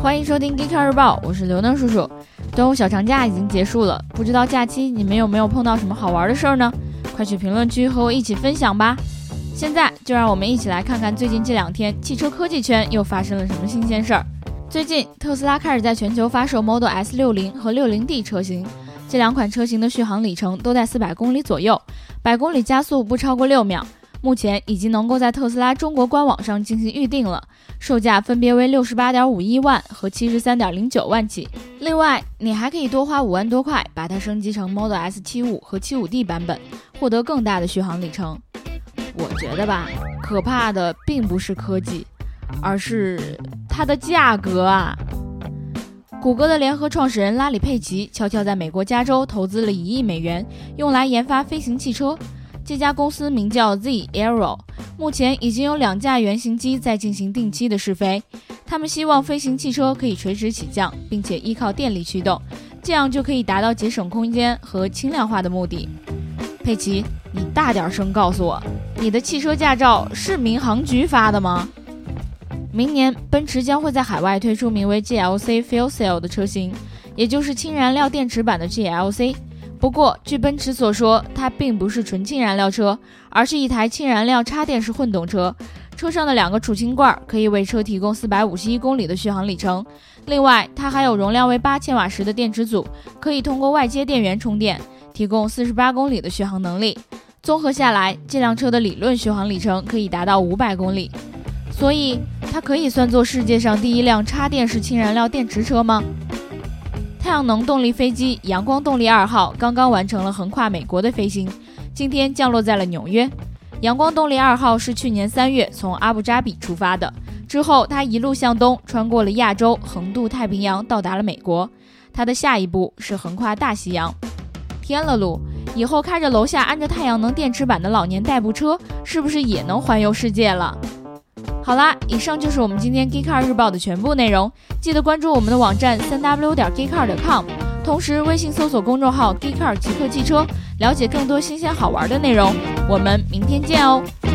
欢迎收听 Geek 日报，我是刘能叔叔。端午小长假已经结束了，不知道假期你们有没有碰到什么好玩的事儿呢？快去评论区和我一起分享吧。现在就让我们一起来看看最近这2天汽车科技圈又发生了什么新鲜事儿。最近特斯拉开始在全球发售 Model S60 和 60D 车型，这2款车型的续航里程都在400公里左右，100公里加速不超过6秒。目前已经能够在特斯拉中国官网上进行预定了，售价分别为68.51万和73.09万起。另外，你还可以多花5万多块把它升级成 Model S75 和 75D 版本，获得更大的续航里程。我觉得吧，可怕的并不是科技，而是它的价格啊。谷歌的联合创始人拉里·佩奇悄悄在美国加州投资了1亿美元，用来研发飞行汽车。这家公司名叫 Z-Aero， 目前已经有2架原型机在进行定期的试飞。他们希望飞行汽车可以垂直起降，并且依靠电力驱动，这样就可以达到节省空间和轻量化的目的。佩奇，你大点声告诉我，你的汽车驾照是民航局发的吗？明年奔驰将会在海外推出名为 GLC Fuel Cell 的车型，也就是氢燃料电池版的 GLC。不过据奔驰所说，它并不是纯氢燃料车，而是一台氢燃料插电式混动车。车上的2个储氢罐可以为车提供451公里的续航里程。另外，它还有容量为8千瓦时的电池组，可以通过外接电源充电，提供48公里的续航能力。综合下来，这辆车的理论续航里程可以达到500公里。所以，它可以算作世界上第1辆插电式氢燃料电池车吗？太阳能动力飞机阳光动力2号刚刚完成了横跨美国的飞行，今天降落在了纽约。阳光动力2号是去年3月从阿布扎比出发的，之后它一路向东，穿过了亚洲，横渡太平洋，到达了美国。它的下一步是横跨大西洋。天了噜，以后开着楼下安着太阳能电池版的老年代步车，是不是也能环游世界了？好啦，以上就是我们今天 Geek 日报的全部内容，记得关注我们的网站 3w.geek.com， 同时微信搜索公众号 Geek 极客汽车，了解更多新鲜好玩的内容。我们明天见哦。